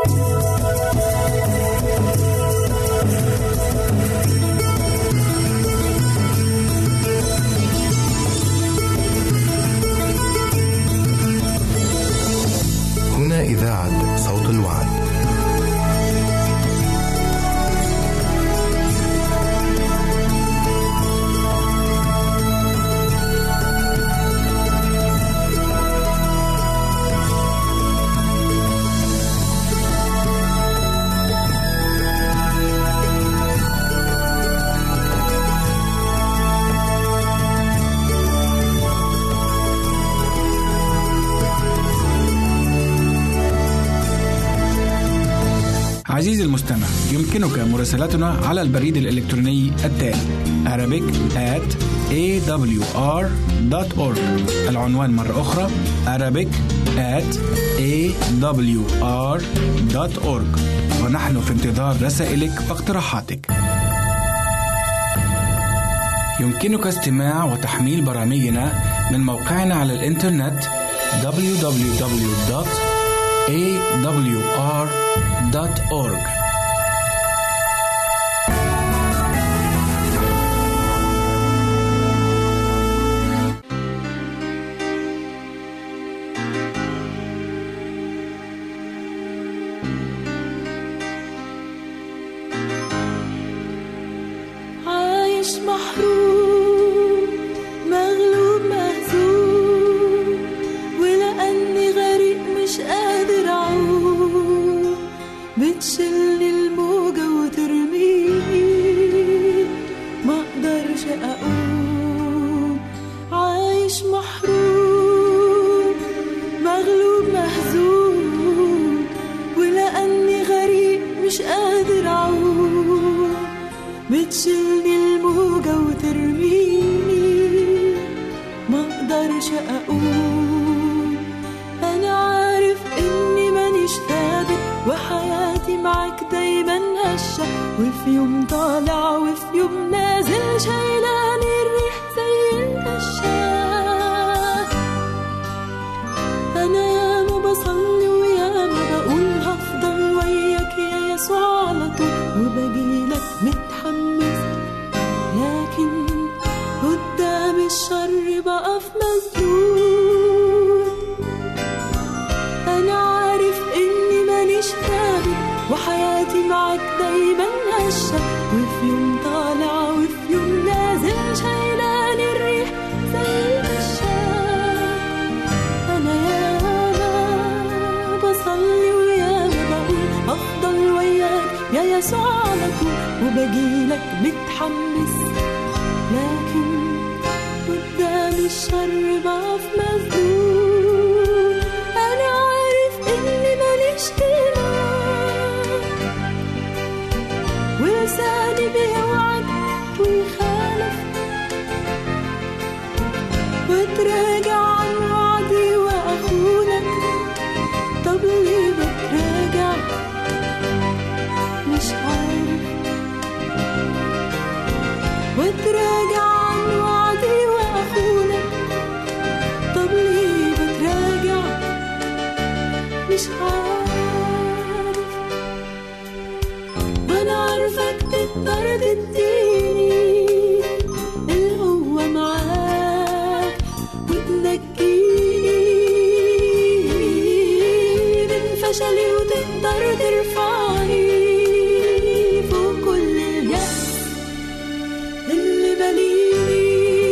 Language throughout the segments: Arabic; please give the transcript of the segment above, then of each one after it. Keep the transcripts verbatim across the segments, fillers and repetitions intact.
إذاعة صوت الوعد. عزيزي المستمع، يمكنك مراسلتنا على البريد الإلكتروني التالي arabic at a w r dot org. العنوان مرة أخرى arabic at a w r dot org، ونحن في انتظار رسائلك واقتراحاتك. يمكنك استماع وتحميل برامجنا من موقعنا على الإنترنت دبليو دبليو دبليو دوت a w r dot org. عايش محروم مغلوب مهزوم، ولأني غريق مش قادر أعوم، بتشلني الموجة وترميني ما أقدرش أقوم. عايش محروم مغلوب مهزوم، ولأني غريق مش قادر أعوم، بتشلني الموجة وترميني ما أقدرش أقوم. أنا عارف إني مانيش ثابت، وحياتي معاك دايما هشة، وفي يوم طالع وفي يوم نازل، شايلاني الريح زي القشة. أنا ياما بصلي وياما بقول هفضل وياك يا يسوع على طول، وبجيلك متحمس، لكن قدام الشر بقف مسدود. أنا عارف إني مانيش ثابت، وحياتي معاك دايما هشة، وفي يوم طالع وفي يوم نازل، شايلاني الريح زي القشة. أنا ياما بصلي وياما بقول أفضل وياك يا يسوع على طول، وبجيلك متحمس، لكن قدام الشر بقف مسدود. أنا عارف إني ماليش قيمة، ولساني بيوعد ويخالف، وتراجع عن وعدي وأخونك. طب ليه بتراجع؟ مش عارف. وتراجع عن وعدي وأخونك. طب ليه بتراجع؟ مش عارف. وانا عارفك تقدر تديني القوة معاك، وتنجيني من فشلي، وتقدر ترفعني فوق كل اليأس اللي ماليني.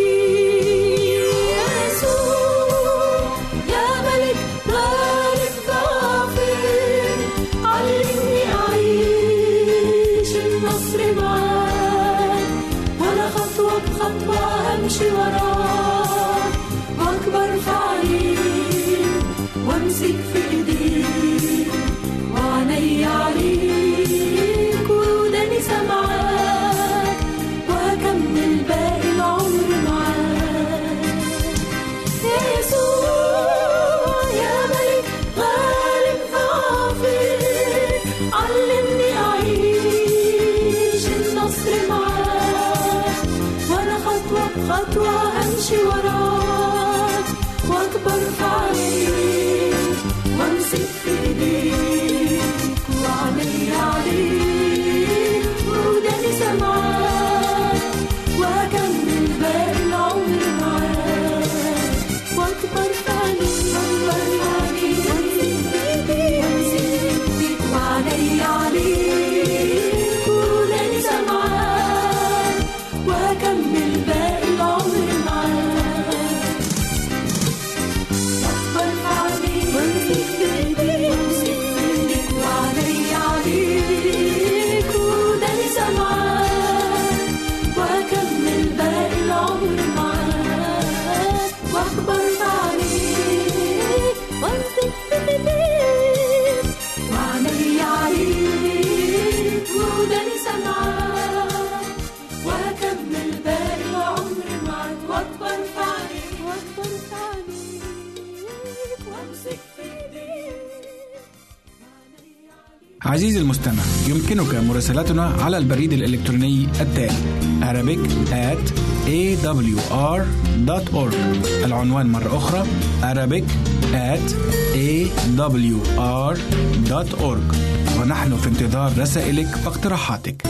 يا يسوع يا ملك غالب غافر، علمني أعيش النصر معاك، وأنا خطوة بخطوة أمشي وراك، وأكبر في عينيك، وأمسك في إيديك، وعيني عليك، وداني سمعاك، وهكمل باقي العمر معاك. يا يسوع يا ملك غالب غافر، علمني أعيش النصر معاك، وأنا خطوة بخطوة أمشي وراك، وأكبر في عينيك، وأمسك في إيديك، عزيزي المستمع، يمكنك مراسلتنا على البريد الإلكتروني التالي arabic at a w r dot org. العنوان مرة أخرى arabic at a w r dot org. ونحن في انتظار رسائلك واقتراحاتك.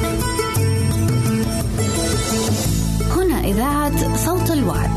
هنا إذاعة صوت الوعد.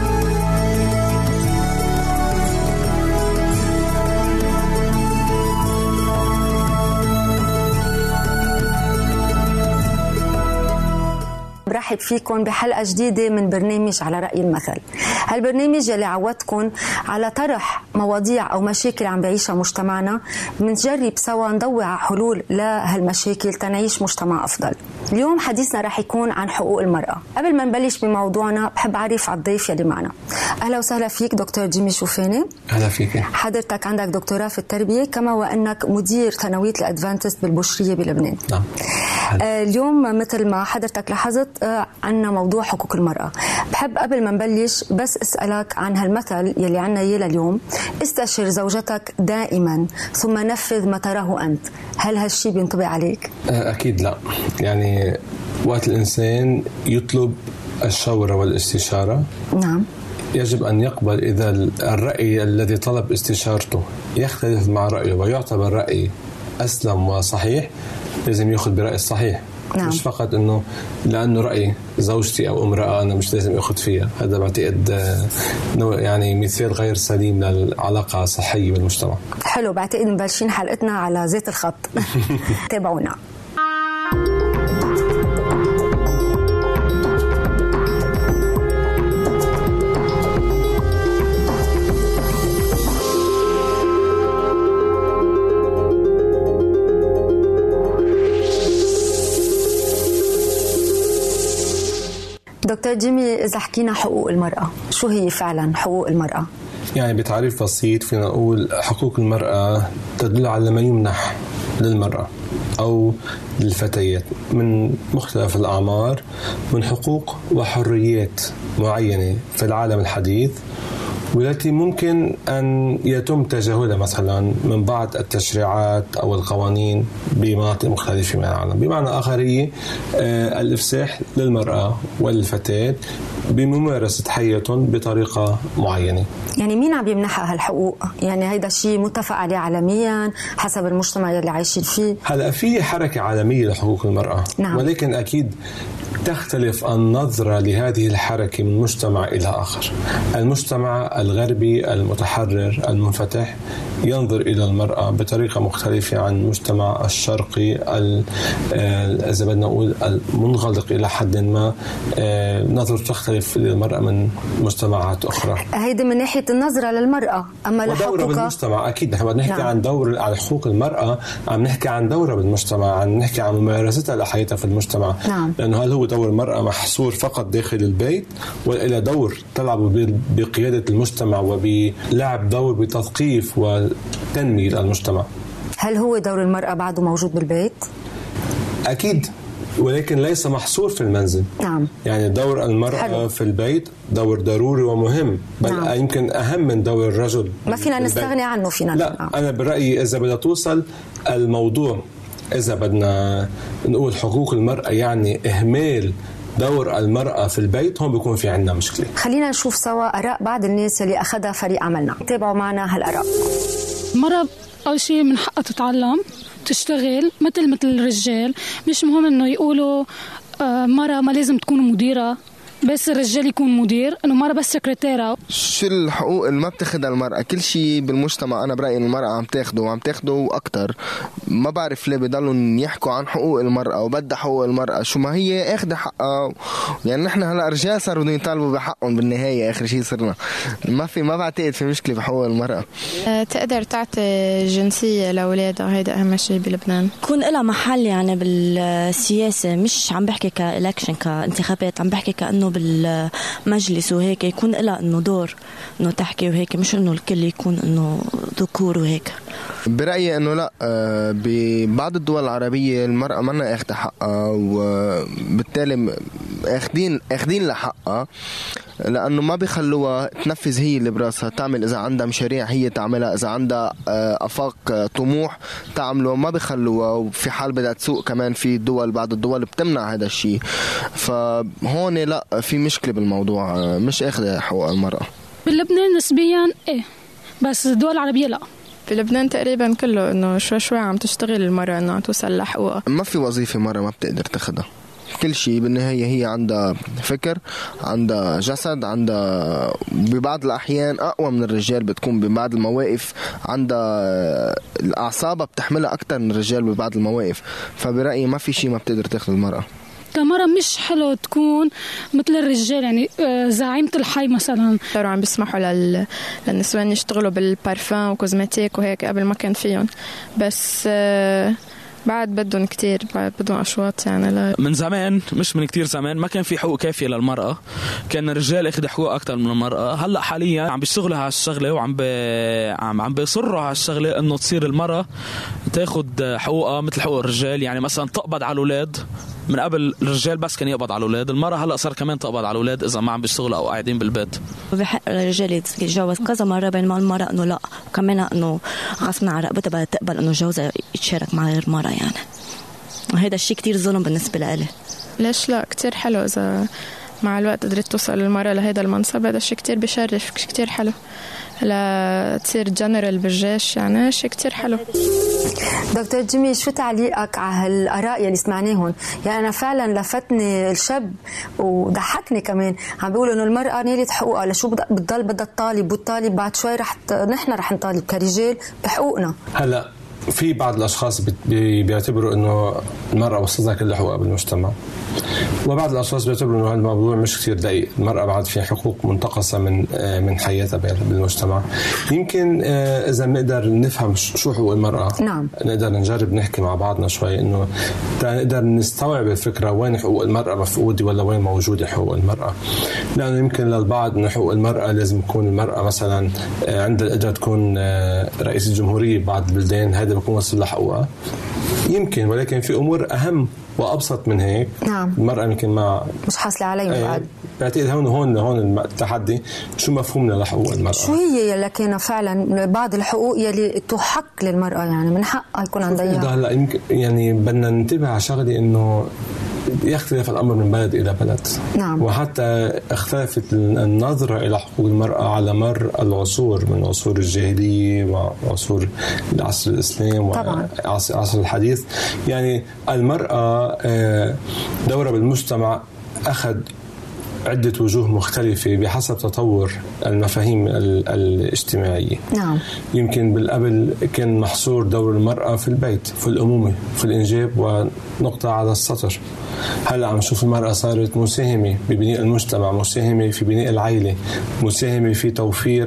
برحب فيكم بحلقة جديدة من برنامج على رأي المثل. هالبرنامج يلي عودتكم على طرح مواضيع أو مشاكل عم بعيشها مجتمعنا، منجرب سوا ندور على حلول لهالمشاكل تنعيش مجتمع أفضل. اليوم حديثنا رح يكون عن حقوق المرأة. قبل ما نبلش بموضوعنا بحب أعرف على الضيف يلي معنا. أهلا وسهلا فيك دكتور جيمي شوفاني. أهلا فيك. حضرتك عندك دكتوراه في التربية كما وأنك مدير ثانوية الأدفانتست بالبشرية بلبنان. نعم. آه اليوم مثل ما حضرتك لاحظت آه عنا موضوع حقوق المرأة. بحب قبل ما نبلش بس أسألك عن هالمثل يلي عنا إياه لليوم: استشر زوجتك دائما ثم نفذ ما تراه أنت. هل هالشي بينطبق عليك؟ أكيد لا. يعني وقت الإنسان يطلب الشورى والاستشارة، نعم، يجب أن يقبل إذا الرأي الذي طلب استشارته يختلف مع رأيه ويعتبر رأي أسلم وصحيح، لازم يأخذ برأي الصحيح. نعم. مش فقط إنه لأنه رأي زوجتي أو امرأة أنا مش لازم أخذ فيها. هذا بعتقد يعني مثال غير سليم للعلاقة الصحية بالمجتمع. حلو، بعتقد مبلشين حلقتنا على زيت الخط. تابعونا. دكتور جيمي، إذا حكينا حقوق المرأة، شو هي فعلا حقوق المرأة؟ يعني بتعريف بسيط فينا نقول حقوق المرأة تدل على ما يمنح للمرأة أو للفتيات من مختلف الأعمار من حقوق وحريات معينة في العالم الحديث، والتي ممكن أن يتم تجاهلها مثلا من بعض التشريعات أو القوانين بمناطق مختلفة من العالم. بمعنى آخر هي الإفساح للمرأة والفتاة بممارسة حياتهم بطريقة معينة. يعني مين عم يمنحها هالحقوق؟ يعني هيدا شيء متفق عليه عالميا حسب المجتمع اللي عايشين فيه؟ هلأ في حركة عالمية لحقوق المرأة، نعم. ولكن أكيد تختلف النظرة لهذه الحركة من مجتمع إلى آخر. المجتمع الغربي المتحرر المنفتح ينظر إلى المرأة بطريقة مختلفة عن المجتمع الشرقي إذا بدنا نقول المنغلق إلى حد ما. نظرة تختلف للمرأة من مجتمعات أخرى. هيدا من ناحية النظرة للمرأة. أما ودورة بالمجتمع أكيد نحن بدنا نحكي، نعم، عن دور على حقوق المرأة، عم نحكي عن دورة بالمجتمع، عم نحكي عن ممارستها لحياتها في المجتمع. نعم. لأنه هل هو دور المرأة محصور فقط داخل البيت، وإلى دور تلعب بقيادة المجتمع وبلعب دور بتثقيف وتنمية المجتمع؟ هل هو دور المرأة بعده موجود بالبيت؟ أكيد، ولكن ليس محصور في المنزل. نعم. يعني دور المرأة حلو. في البيت دور ضروري ومهم، بل نعم. يمكن أهم من دور الرجل. ما فينا نستغني عنه فينا. لا نعم. أنا برأيي إذا بدنا توصل الموضوع، إذا بدنا نقول حقوق المرأة يعني إهمال دور المرأة في البيت، هون بيكون في عندنا مشكلة. خلينا نشوف سوا آراء بعض الناس اللي أخذها فريق عملنا. تابعوا معنا هالآراء. المرأة أول شيء من حقها تتعلم تشتغل مثل مثل الرجال. مش مهم إنه يقولوا آه مرأة ما لازم تكون مديرة بس الرجال يكون مدير، انه مرة بس سكرتيرة. شو الحقوق اللي ما بتاخدها المرأة؟ كل شيء بالمجتمع انا برأيي المرأة عم تاخده وعم تاخده اكتر. ما بعرف ليه بضلوا يحكوا عن حقوق المرأة وبدها حقوق المرأة، شو ما هي اخذ حقها. يعني نحن هلا رجال صاروا بدهم يطالبوا بحقهم بالنهاية، اخر شيء صرنا ما في ما بعتقد في مشكلة بحقوق المرأة. تقدر تعطي جنسية لاولادها، هيدا اهم شيء بلبنان. يكون لها محل يعني بالسياسة، مش عم بحكي كإلكشن كانتخابات، عم بحكي كأنه بالمجلس وهيك يكون لها انه دور انه تحكي وهيك، مش انه الكل يكون انه ذكور وهيك. برأيي انه لا، ببعض الدول العربية المرأة منا اخذ حقها وبالتالي اخذين اخذين لها حقها، لأنه ما بيخلوها تنفذ هي اللي براسها تعمل. إذا عندها مشاريع هي تعملها، إذا عندها أفاق طموح تعمله، ما بيخلوها. وفي حال بدها تسوق كمان في دول، بعض الدول بتمنع هذا الشيء. فهون لا، في مشكلة بالموضوع، مش أخذ حقوق المرأة. بلبنان نسبيا إيه، بس الدول العربية لا. في لبنان تقريبا كله انه شوي شوي عم تشتغل المرأة انه توصل لحقوقها. ما في وظيفة مرة ما بتقدر تاخدها. كل شيء بالنهاية هي عندها فكر، عندها جسد، عندها ببعض الأحيان أقوى من الرجال بتكون ببعض المواقف، عندها الأعصاب بتحملها أكتر من الرجال ببعض المواقف. فبرأيي ما في شيء ما بتقدر تاخد المرأة. كمرة مش حلو تكون مثل الرجال، يعني زعيمة الحي مثلا. صاروا عم بيسمحوا لل... للنسوان يشتغلوا بالبارفان وكوزماتيك وهيك، قبل ما كان فيهم، بس بعد بدهم كتير، بعد بدهم أشواط يعني. لا. من زمان، مش من كتير زمان، ما كان في حقوق كافية للمرأة، كان الرجال اخذ حقوق أكتر من المرأة. هلأ حاليا عم بيشتغلوا على الشغلة وعم ب... عم عم بيصروا على الشغلة إنه تصير المرأة تاخد حقوقها مثل حقوق الرجال. يعني مثلا تقبض على الأولاد. من قبل الرجال بس كان يقبض على الأولاد، المرأة هلأ صار كمان تقبض على الأولاد إذا ما عم بيشتغلوا أو قاعدين بالبيت. بحق الرجال يتجوز كذا مرة، بينما المرأة إنه لا، وكمان إنه غصبنا على رقبتها بدها تقبل إنه جوزها يتشارك مع غير مرة يعني. وهذا الشيء كتير ظلم بالنسبة لإلي. ليش لا؟ كتير حلو إذا مع الوقت قدرت توصل المرأة لهذا المنصب، هذا الشيء كتير بيشرف، كتير حلو. لا تصير جنرال بالجيش يعني شيء كتير حلو. دكتور جيمي، شو تعليقك على هالآراء اللي سمعناهم؟ يعني أنا فعلا لفتني الشاب وضحكني كمان، عم بيقولوا إنه المرأة نالت حقوقها، لشو بتضل بدها تطالب، والطالب بعد شوي رح نحن رح نطالب كرجال بحقوقنا. هلا في بعض الأشخاص بيعتبروا إنه المرأة وصلتها كل حقوقها بالمجتمع، وبعض الأشخاص بيعتبروا إنه الموضوع مش كتير دقيق، المرأة بعد فيها حقوق منتقصة من من حياتها بالمجتمع. يمكن إذا نقدر نفهم شو حقوق المرأة، نعم. نقدر نجرب نحكي مع بعضنا شوي إنه نقدر نستوعب الفكرة وين حقوق المرأة مفقودة ولا وين موجودة حقوق المرأة. لأنه يمكن للبعض إنه حقوق المرأة لازم تكون المرأة مثلا عند القدرة تكون رئيس الجمهورية بعض البلدان، هذا بكون وصل لحقوقها يمكن، ولكن في أمور أهم وأبسط من هيك. نعم. المرأة يمكن ما مش حاصلة عليه بعد. بعتقد هون هون هون التحدي، شو مفهومنا لحقوق المرأة؟ شو هي لكن فعلا بعض الحقوق يلي تحق للمرأة، يعني من حقها يكون عندها. هلا يمكن يعني بدنا ننتبه على شغلة إنه يختلف الأمر من بلد إلى بلد. نعم. وحتى اختلفت النظرة إلى حقوق المرأة على مر العصور، من عصور الجاهلية وعصور العصر الإسلام وعصر الحديث. يعني المرأة دورها بالمجتمع أخذ عدة وجوه مختلفة بحسب تطور المفاهيم الاجتماعية. نعم. يمكن بالقبل كان محصور دور المرأة في البيت، في الأمومة، في الإنجاب ونقطة على السطر. هلأ عم نشوف المرأة صارت مساهمة ببناء المجتمع، مساهمة في بناء العائلة، مساهمة في توفير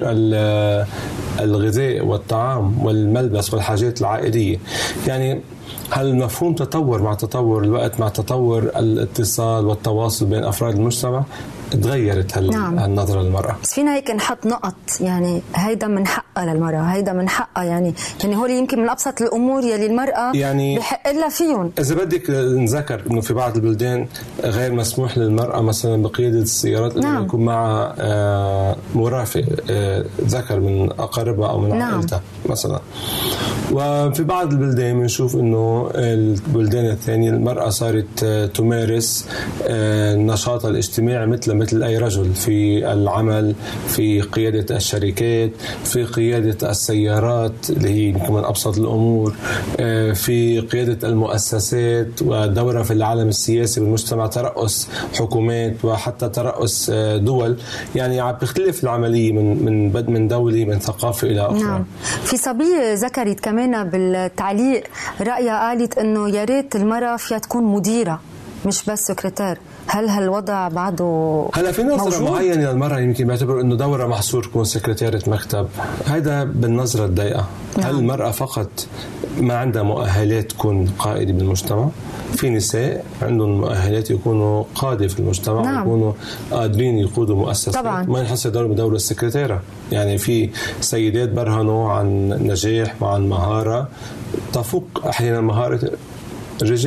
الغذاء والطعام والملبس والحاجات العائلية. يعني هالمفهوم تطور مع تطور الوقت، مع تطور الاتصال والتواصل بين أفراد المجتمع، تغيرت هال... نعم. هالنظرة للمرأة. بس فينا هيك نحط نقط، يعني هيدا من حقها للمرأة، هيدا من حقها، يعني يعني هو يمكن من أبسط الأمور يلي المرأة يعني بحق لها فيهم. إذا بدك نذكر إنه في بعض البلدان غير مسموح للمرأة مثلا بقيادة السيارات إنه نعم. يكون مع مرافق ذكر من أقاربها أو من نعم. عائلتها مثلا. وفي بعض البلدان بنشوف إنه البلدان الثانية المرأة صارت تمارس نشاطها الاجتماعي مثل مثل أي رجل، في العمل، في قيادة الشركات، في قيادة السيارات اللي هي يمكن من أبسط الأمور، في قيادة المؤسسات، ودورها في العالم السياسي بالمجتمع، ترأس حكومات وحتى ترأس دول. يعني عم بيختلف العملية من من بد من دولة من ثقافة إلى أخرى. نعم. في صبية ذكرت كمان بالتعليق رأيها، قالت إنه يا ريت المرأة فيها تكون مديرة مش بس سكرتير. هل هالوضع بعده هلا في نظرة موجود؟ معينة للمرأة يمكن بيعتبر إنه دورها محصور تكون سكرتيرة مكتب. هذا بالنظرة الضيقة. نعم. هل المرأة فقط ما عندها مؤهلات تكون قائدة بالمجتمع؟ في نساء عندهم مؤهلات يكونوا قادة في المجتمع. نعم. يكونوا قادرين يقودوا مؤسسات. طبعا. ما ينحصر دور بدور السكرتيرة. يعني في سيدات برهنوا عن نجاح وعن مهارة تفوق أحيانا مهارة الرجال.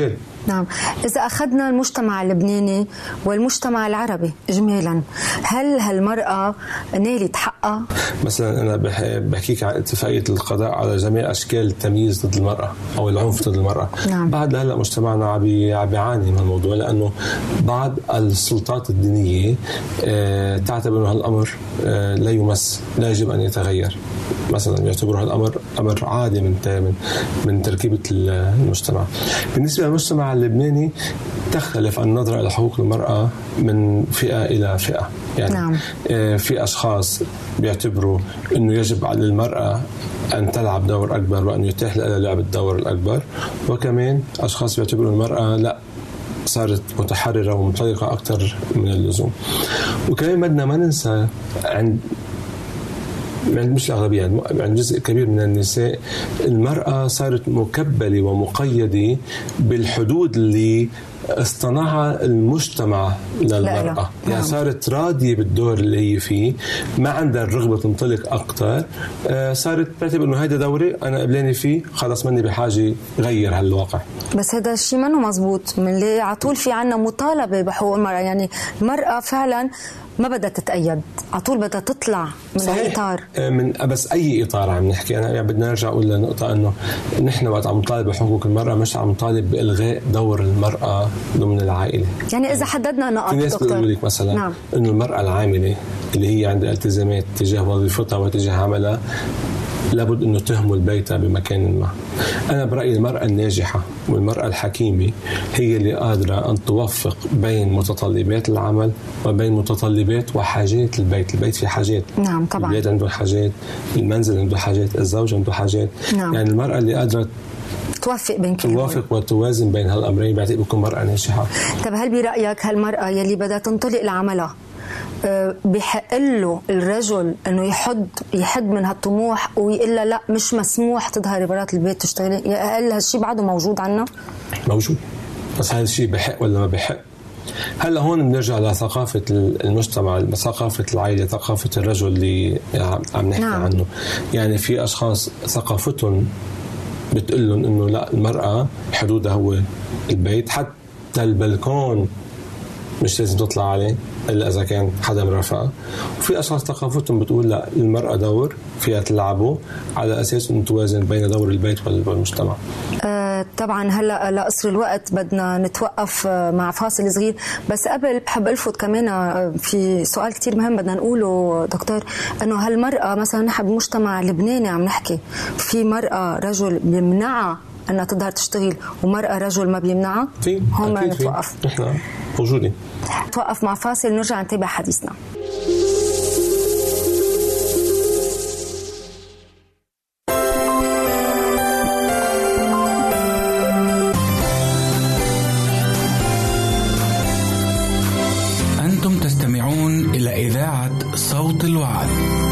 نعم. إذا أخذنا المجتمع اللبناني والمجتمع العربي إجمالا، هل هالمرأة نالت حقها؟ مثلا أنا بحكيك عن اتفاقية القضاء على جميع أشكال التمييز ضد المرأة أو العنف ضد المرأة. نعم. بعد هلا مجتمعنا عم بيعاني من الموضوع، لأنه بعض السلطات الدينية تعتبر أن هالأمر لا يمس، لا يجب أن يتغير. مثلا يعتبروا هالأمر أمر عادي من من تركيبة المجتمع. بالنسبة للمجتمع اللبناني تختلف النظرة إلى حقوق المرأة من فئة إلى فئة. يعني نعم. في أشخاص بيعتبروا أنه يجب على المرأة أن تلعب دور أكبر وأن يتيح لها لعب الدور الأكبر، وكمان أشخاص بيعتبروا المرأة لا، صارت متحررة ومنطلقة أكثر من اللزوم. وكمان بدنا ما ننسى عند عند مش الأغلبية، عند جزء كبير من النساء المرأة صارت مكبلة ومقيدة بالحدود اللي اصطنعها المجتمع للمرأة. لا لا. يعني صارت راضية بالدور اللي هي فيه، ما عندها الرغبة تنطلق أكتر. آه صارت تعتبر إنه هيدا دوري أنا قبلاني فيه، خلاص ماني بحاجة غير هالواقع. بس هذا الشيء منه مزبوط، من اللي عطول في عنا مطالبة بحقوق المرأة. يعني المرأة فعلا ما بدها تتأيد، عطول بدها تطلع من الإطار. من بس أي إطار عم نحكي. أنا يعني بدنا نرجع أقول لنقطة إنه نحن وقت عم نطالب بحقوق المرأة مش عم نطالب بإلغاء دور المرأة ضمن العائلة. يعني إذا حددنا نقط في ناس بيقولوا لك مثلا نعم. إنه المرأة العاملة اللي هي عندها التزامات تجاه وظيفتها وتجاه عملها لابد أنه تهمل بيتها بمكان ما. أنا برأيي المرأة الناجحة والمرأة الحكيمة هي اللي قادرة أن توفق بين متطلبات العمل وبين متطلبات وحاجات البيت. البيت في حاجات. نعم طبعا. البيت عنده حاجات، المنزل عنده حاجات، الزوج عنده حاجات. نعم. يعني المرأة اللي قادرة توفق بين كل توافق وتوازن بين هالأمرين بعتقد بكون مرأة ناجحة. طب هل برأيك هالمرأة يلي بدها تنطلق لعملها بحق له الرجل انه يحد يحد من هالطموح ويقول لا مش مسموح تظهري برات البيت تشتغلي؟ هل هالشيء بعده موجود عنا؟ موجود، بس هذا الشيء بحق ولا ما بحق؟ هلا هون بنرجع لثقافة المجتمع، ثقافة العائلة، ثقافة الرجل اللي عم نحكي نعم. عنه. يعني في أشخاص ثقافتهم بتقول لهم إنه لا، المرأة حدودها هو البيت، حتى البلكون مش لازم تطلع عليه إلا إذا كان حدا مرافقة. وفي أشخاص ثقافتهم بتقول لا، المرأة دور فيها تلعبه على أساس أن توازن بين دور البيت والمجتمع. آه طبعا هلأ لقصر الوقت بدنا نتوقف مع فاصل صغير، بس قبل بحب ألفت كمان في سؤال كتير مهم بدنا نقوله دكتور، أنه هالمرأة مثلا نحن بمجتمع لبناني عم نحكي في مرأة رجل بيمنعها أنها تقدر تشتغل ومرأة رجل ما بيمنعها، هم نتوقف. نحن موجودين. نتوقف مع فاصل نرجع نتابع حديثنا. أنتم تستمعون إلى إذاعة صوت الوعد.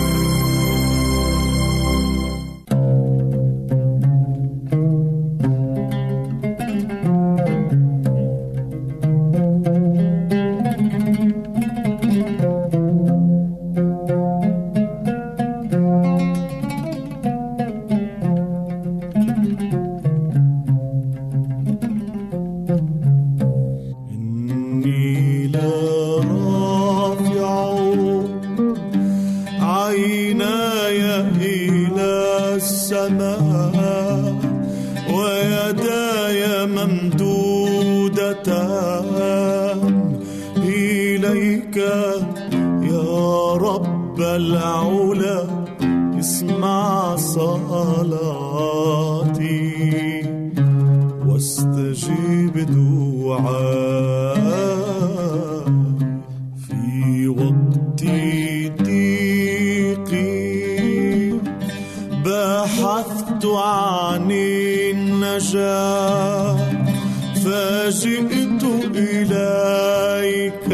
فجئت إليك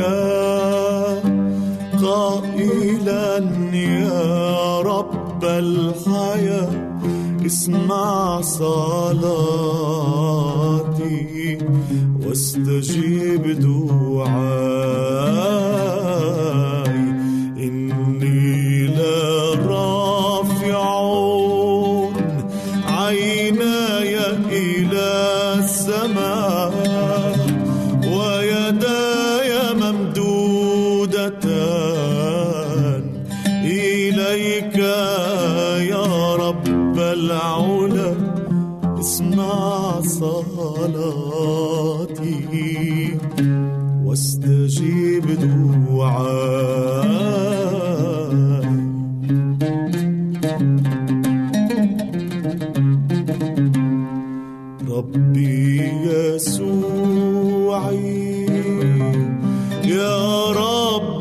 قائلا يا رب الحياة اسمع صلاتي واستجيب دعائي إني لرافع عيناي إلى السماء اسمع صلاتي واستجيب دعائي. ربي يسوعي يا رب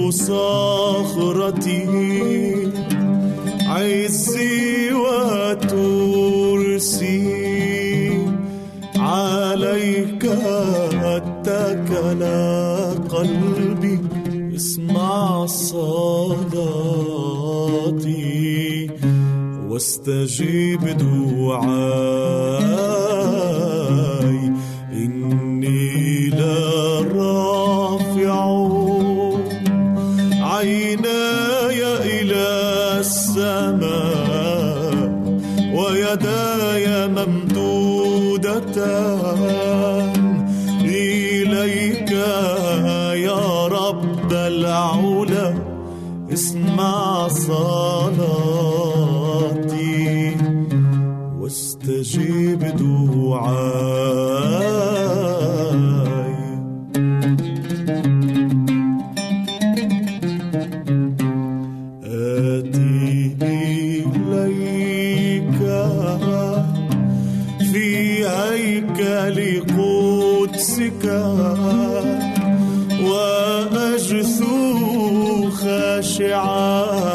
صخرتي عزي وترسي عليك اتكل قلبي اسمع صلاتي واستجيب دعائي. إني لا رافع عيناي إلى السماء ويداي ممدودتان إليك يا رب العلا اسمع صلاتي واستجيب دعائي. آتي إليك في هيكل قدسك وأجثو خاشعا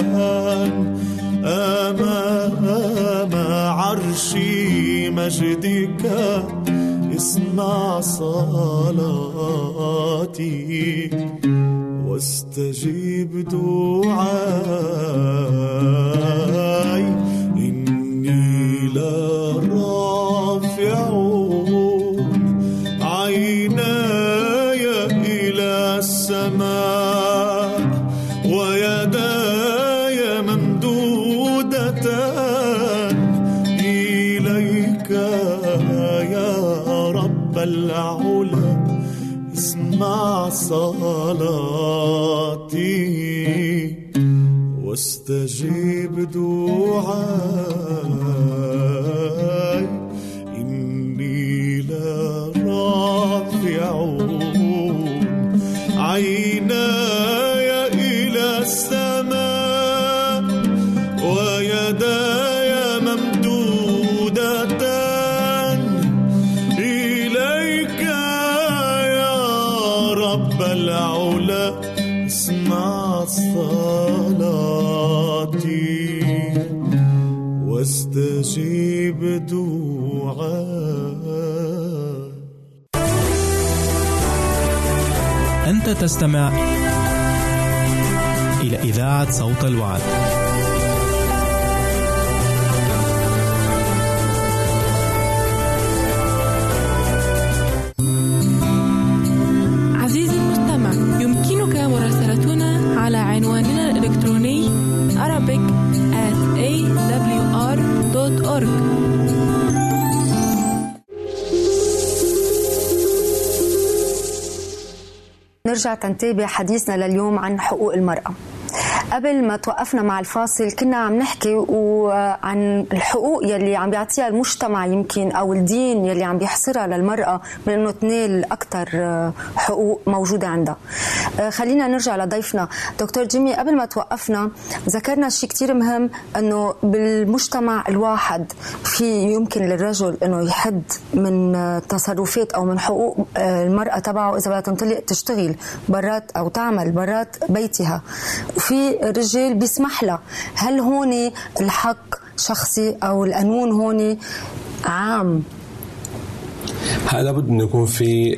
أمام عرش مجدك اسمع صلاتي واستجيب دعائي. إني لا رافع عيناي إلى السماء ويداي ممدودتان إليك يا رب العلا اسمع صلاتي واستجيب دعائي. إني لا رافع عيناي إلى السماء ويداي ممدودتان إليك يا رب العلا اسمع صلاتي واستجيب دعائي. أنت تستمع إلى إذاعة صوت الوعد. عزيزي المستمع، يمكنك مراسلتنا على عنواننا الإلكتروني arabic at a w r dot org. نرجع تنتبه حديثنا لليوم عن حقوق المرأة. قبل ما توقفنا مع الفاصل كنا عم نحكي عن الحقوق يلي عم بيعطيها المجتمع يمكن أو الدين يلي عم بيحصرها للمرأة من أنه تنال أكتر حقوق موجودة عندها. خلينا نرجع لضيفنا دكتور جيمي. قبل ما توقفنا ذكرنا شيء كتير مهم، أنه بالمجتمع الواحد في يمكن للرجل أنه يحد من تصرفات أو من حقوق المرأة تبعه إذا بدها تنطلق تشتغل برات أو تعمل برات بيتها، وفي رجال بيسمح لها. هل هون الحق شخصي أو القانون هون عام؟ هلا بد أن يكون في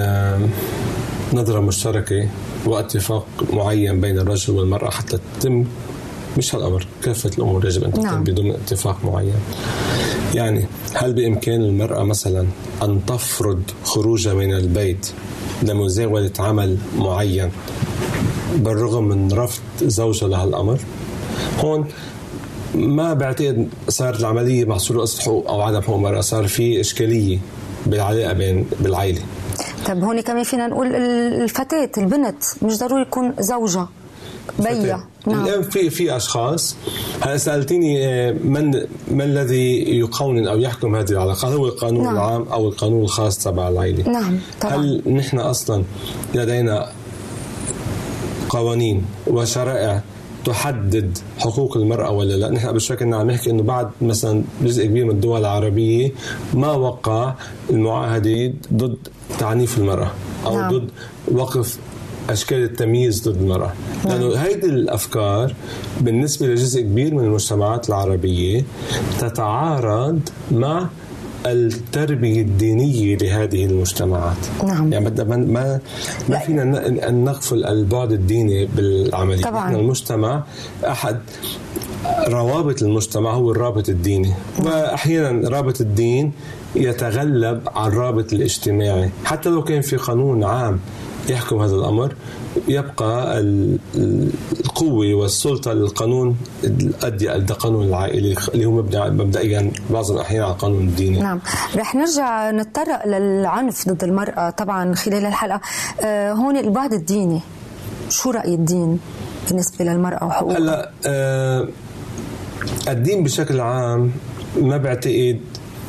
نظرة مشتركة واتفاق معين بين الرجل والمرأة حتى تتم مش هالأمر. كافة الأمور يجب أن تتم نعم. بدون اتفاق معين. يعني هل بإمكان المرأة مثلا أن تفرض خروجها من البيت لمزاولة عمل معين بالرغم من رفض زوجها لهالأمر؟ هون ما بعتقد صار العملية محصورة قصة حقوق أو عدم حقوق المرأة، صار في إشكالية بالعلاقة بين بالعائلة. طب هون كمان فينا نقول الفتاة البنت مش ضروري يكون زوجها. بيا. نعم. الآن في في أشخاص، هل سألتني من ما الذي يقنن أو يحكم هذه العلاقات؟ هو القانون نعم. العام أو القانون الخاص تبع العائلة. نعم طبعا. هل نحن أصلا لدينا قوانين وشرائع تحدد حقوق المرأة ولا لا؟ نحن قبل شوي كنا عم نحكي إنه بعد مثلا جزء كبير من الدول العربية ما وقع المعاهدة ضد تعنيف المرأة أو نعم. ضد وقف أشكال التمييز ضد المرأة. نعم. لأنه هيدي الأفكار بالنسبة لجزء كبير من المجتمعات العربية تتعارض مع التربية الدينية لهذه المجتمعات. نعم. يعني ما ما, ما فينا أن نغفل البعد الديني بالعملية. طبعا. نحن المجتمع أحد روابط المجتمع هو الرابط الديني، وأحيانا رابط الدين يتغلب على الرابط الاجتماعي. حتى لو كان في قانون عام يحكم هذا الأمر، يبقى القوة والسلطة للقانون أدي القانون العائلي اللي هو مبدأ مبدئيا بعض الأحيان على القانون الديني. نعم. رح نرجع نتطرق للعنف ضد المرأة طبعا خلال الحلقة. آه هون البعد الديني، شو رأي الدين بالنسبة للمرأة وحقوقها؟ هلا آه الدين بشكل عام ما بعتقد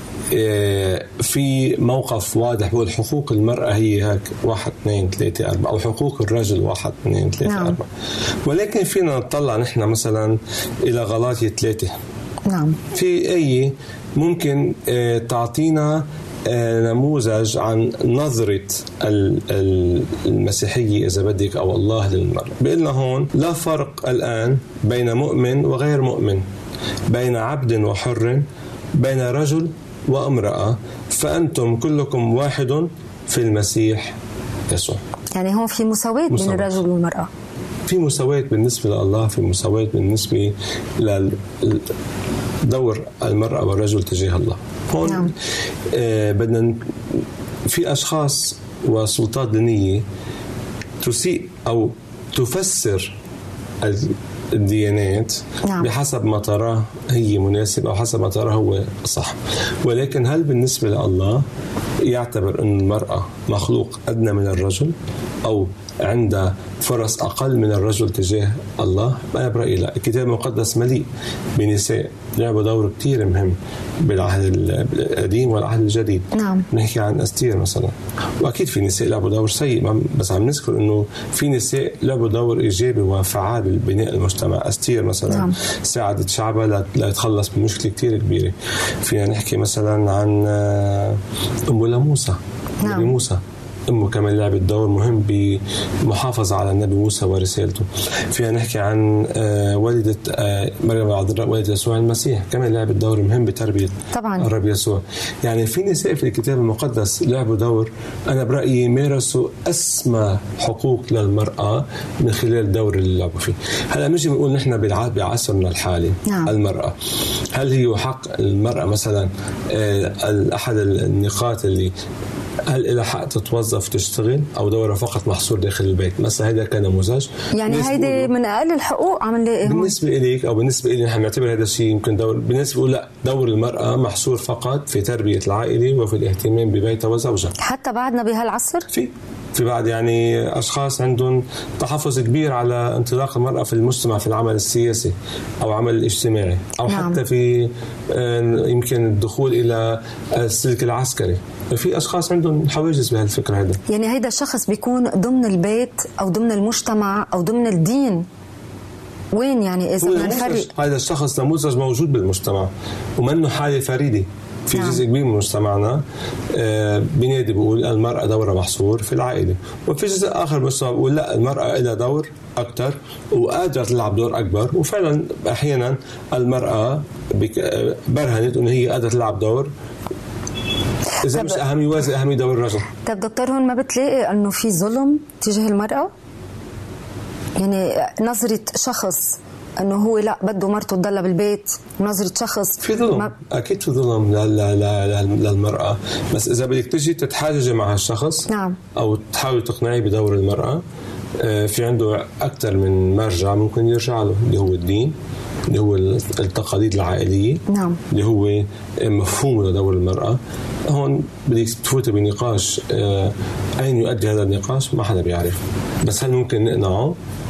في موقف واضح بقول حقوق المرأة هي هيك واحد اثنين ثلاثة أربعة، أو حقوق الرجل واحد اثنين ثلاثة نعم. أربعة. ولكن فينا نطلع نحن مثلا إلى غلاطية ثلاثة. نعم. في أي ممكن تعطينا نموذج عن نظرة المسيحية إذا بدك أو الله للمرأة. بيقولنا هون لا فرق الآن بين مؤمن وغير مؤمن، بين عبد وحر، بين رجل وامرأة، فأنتم كلكم واحد في المسيح يسوع. يعني هون في مساواة بين الرجل والمرأة، في مساواة بالنسبة لله، في مساواة بالنسبة لدور المرأة والرجل تجاه الله. هون نعم. آه بدنا في أشخاص وسلطات دينية تسيء أو تفسر الديانات نعم. بحسب ما تراه هي مناسب أو حسب ما تراه هو صح. ولكن هل بالنسبة لله يعتبر أن المرأة مخلوق أدنى من الرجل أو عندها فرص أقل من الرجل تجاه الله؟ أنا برأيي لا. الكتاب المقدس مليء بنساء لعبوا دور كتير مهم بالعهد القديم والعهد الجديد. نعم. نحكي عن أستير مثلا، وأكيد في نساء لعبوا دور سيء، بس عم نذكر إنه في نساء لعبوا دور إيجابي وفعال ببناء المجتمع. أستير مثلا نعم. ساعدت شعبها ليتخلص من مشكلة كتير كبيرة. فينا نحكي مثلا عن أم موسى. نعم. نبي موسى أمه كمان لعبت دور مهم بمحافظة على النبي موسى ورسالته. فينا نحكي عن والدة مريم العذراء والدة يسوع المسيح، كمان لعبت دور مهم بتربية طبعا الرب يسوع. يعني في نساء في الكتاب المقدس لعبوا دور أنا برأيي مارسوا أسمى حقوق للمرأة من خلال الدور اللي لعبوا فيه. هلا نجي بنقول نحن بعصرنا الحالي نعم. المرأة هل هي حق المرأة مثلا أحد النقاط اللي هل إلى حق تتوظف تشتغل أو دورها فقط محصور داخل البيت مثلا؟ هذا كنموذج يعني هيدي من أقل الحقوق عم نلاقي بالنسبة إليك أو بالنسبة إلي نحن نعتبر هذا الشيء يمكن دور. بالنسبة لا، دور المرأة محصور فقط في تربية العائلة وفي الاهتمام ببيتها وزوجها. حتى بعدنا بهالعصر في في بعد يعني أشخاص عندهم تحفظ كبير على انطلاق المرأة في المجتمع في العمل السياسي أو عمل الاجتماعي أو نعم. حتى في يمكن الدخول إلى السلك العسكري. في أشخاص عندهم حواجز بهالفكرة هذا. يعني هيدا الشخص بيكون ضمن البيت أو ضمن المجتمع أو ضمن الدين. وين يعني إذا بدنا نفرق؟ هذا الشخص نموذج موجود بالمجتمع ومنه حالة فريدة. في نعم. جزء كبير من مجتمعنا بنادي بيقول المرأة دورها محصور في العائلة، وفي جزء آخر من المجتمع بيقول لا، المرأة لها دور أكتر وقادرة تلعب دور أكبر. وفعلا أحيانا المرأة برهنت أنه هي قادرة تلعب دور إذا مش أهم يوازي أهمية دور الرجل. طب دكتور هون ما بتلاقي أنه في ظلم تجاه المرأة؟ يعني نظرة شخص أنه هو لا بده مرته تضل بالبيت، ونظرة شخص في ظلم ما... أكيد في ظلم للمرأة، بس إذا بدك تجي تتحاجج مع الشخص نعم. أو تحاول تقنعي بدور المرأة، في عنده أكثر من مرجع ممكن يرجع له، اللي هو الدين، اللي هو التقاليد العائلية نعم. اللي هو مفهوم لدور المرأة. هون بدك تفوت بنقاش أين يؤدي هذا النقاش ما حدا بيعرف، بس هل ممكن نقنعه؟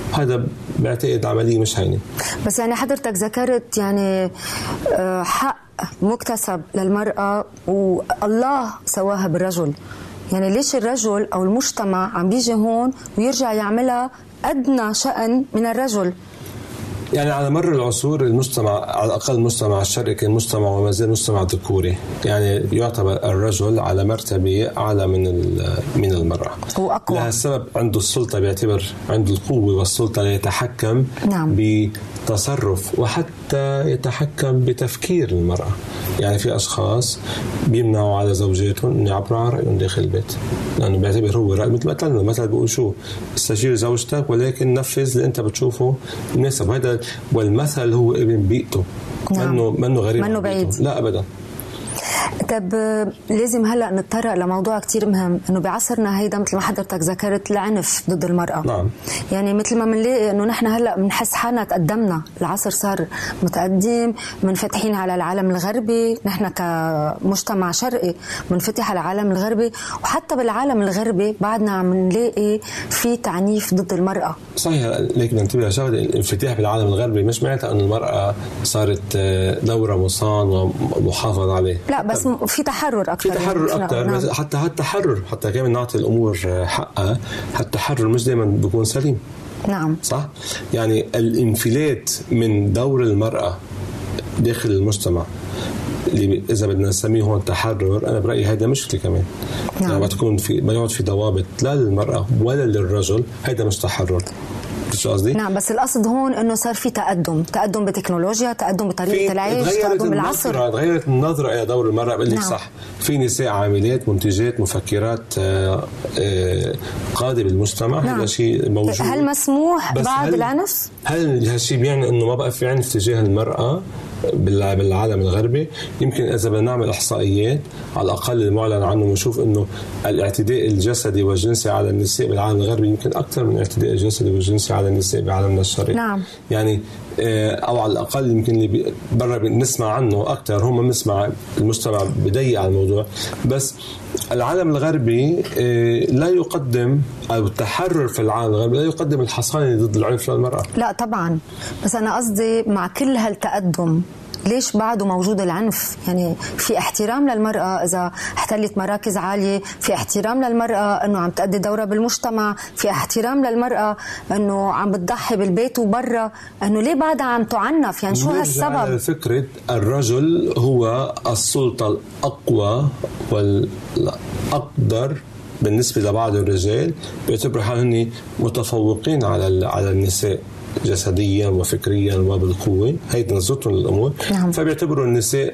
هذا بعتقد عملية مش هينة. بس يعني حضرتك ذكرت يعني حق مكتسب للمرأة والله سواها بالرجل، يعني ليش الرجل أو المجتمع عم بيجي هون ويرجع يعملها أدنى شأن من الرجل؟ يعني على مر العصور المجتمع على الأقل المجتمع الشرقي كان مجتمع وما زال مجتمع ذكوري، يعني يعتبر الرجل على مرتبة أعلى من من المرأة، هو أقوى. لها السبب عنده السلطة، بيعتبر عنده القوة والسلطة ليتحكم نعم. بتصرف وحتى يتحكم بتفكير المرأة. يعني في أشخاص بيمنعوا على زوجاتهم إن يعبروا عن رأيهم داخل البيت، لأنه بيعتبر هو رأي مثل مثلا مثلا بيقول شو استشير زوجتك ولكن نفذ اللي أنت بتشوفه مناسب. هذا والمثل هو ابن بيئته. نعم. منه منه غريب، منه بعيد، لا أبدا. طب لازم هلا نتطرق لموضوع كتير مهم، انه بعصرنا هيدا مثل ما حضرتك ذكرت العنف ضد المرأة. نعم. يعني مثل ما بنلاقي انه نحن هلا بنحس حالنا تقدمنا، العصر صار متقدم، منفتحين على العالم الغربي، نحن كمجتمع شرقي منفتح على العالم الغربي، وحتى بالعالم الغربي بعدنا عم نلاقي في تعنيف ضد المرأة. صحيح، لكن ننتبه لشغله، الانفتاح بالعالم الغربي مش معناتها انه المرأة صارت دورة مصان ومحافظ عليه. لا بس في تحرر أكثر. في تحرر أكثر. نعم. حتى هالتحرر حتى كمان نعطي الأمور حقها، هالتحرر مش دائما بيكون سليم. نعم. صح؟ يعني الانفلات من دور المرأة داخل المجتمع اللي إذا بدنا نسميه هون تحرر، أنا برأيي هذا مشكلة كمان. نعم. يعني بتكون في ما يقعد في ضوابط لا للمرأة ولا للرجل، هذا مش تحرر. قصدي؟ نعم، بس القصد هون انه صار في تقدم، تقدم بتكنولوجيا، تقدم بطريقه العيش، تقدم بالعصر. تغيرت النظره الى دور المراه. بقول لك نعم. صح، في نساء عاملات، منتجات، مفكرات قاده بالمجتمع. نعم. هذا شيء موجود. هل مسموح بعد هل العنف؟ هل هالشيء بيعني انه ما بقى في عنف تجاه المراه بالعالم الغربي؟ يمكن إذا بدنا نعمل إحصائيات على الأقل المعلن عنه ونشوف إنه الاعتداء الجسدي والجنسي على النساء بالعالم الغربي يمكن أكثر من الاعتداء الجسدي والجنسي على النساء بعالمنا الشرقي. نعم. يعني أو على الأقل يمكن اللي برا بنسمع عنه أكثر، هم بنسمع المجتمع بضيق على الموضوع، بس العالم الغربي لا يقدم، أو التحرر في العالم الغربي لا يقدم الحصانة ضد العنف للمرأة. لا طبعا، بس أنا قصدي مع كل هالتقدم ليش بعده موجود العنف؟ يعني في احترام للمرأة إذا احتلت مراكز عالية، في احترام للمرأة أنه عم تأدي دورة بالمجتمع، في احترام للمرأة أنه عم بتضحي بالبيت وبرا، أنه ليه بعدها عم تعنف؟ يعني شو هالسبب؟ فكرة الرجل هو السلطة الأقوى والأقدر بالنسبة لبعض الرجال، بيعتبروا حالهم متفوقين على على النساء جسديا وفكريا وبالقوة، هي نظرتهم للأمور. نعم. فبيعتبروا النساء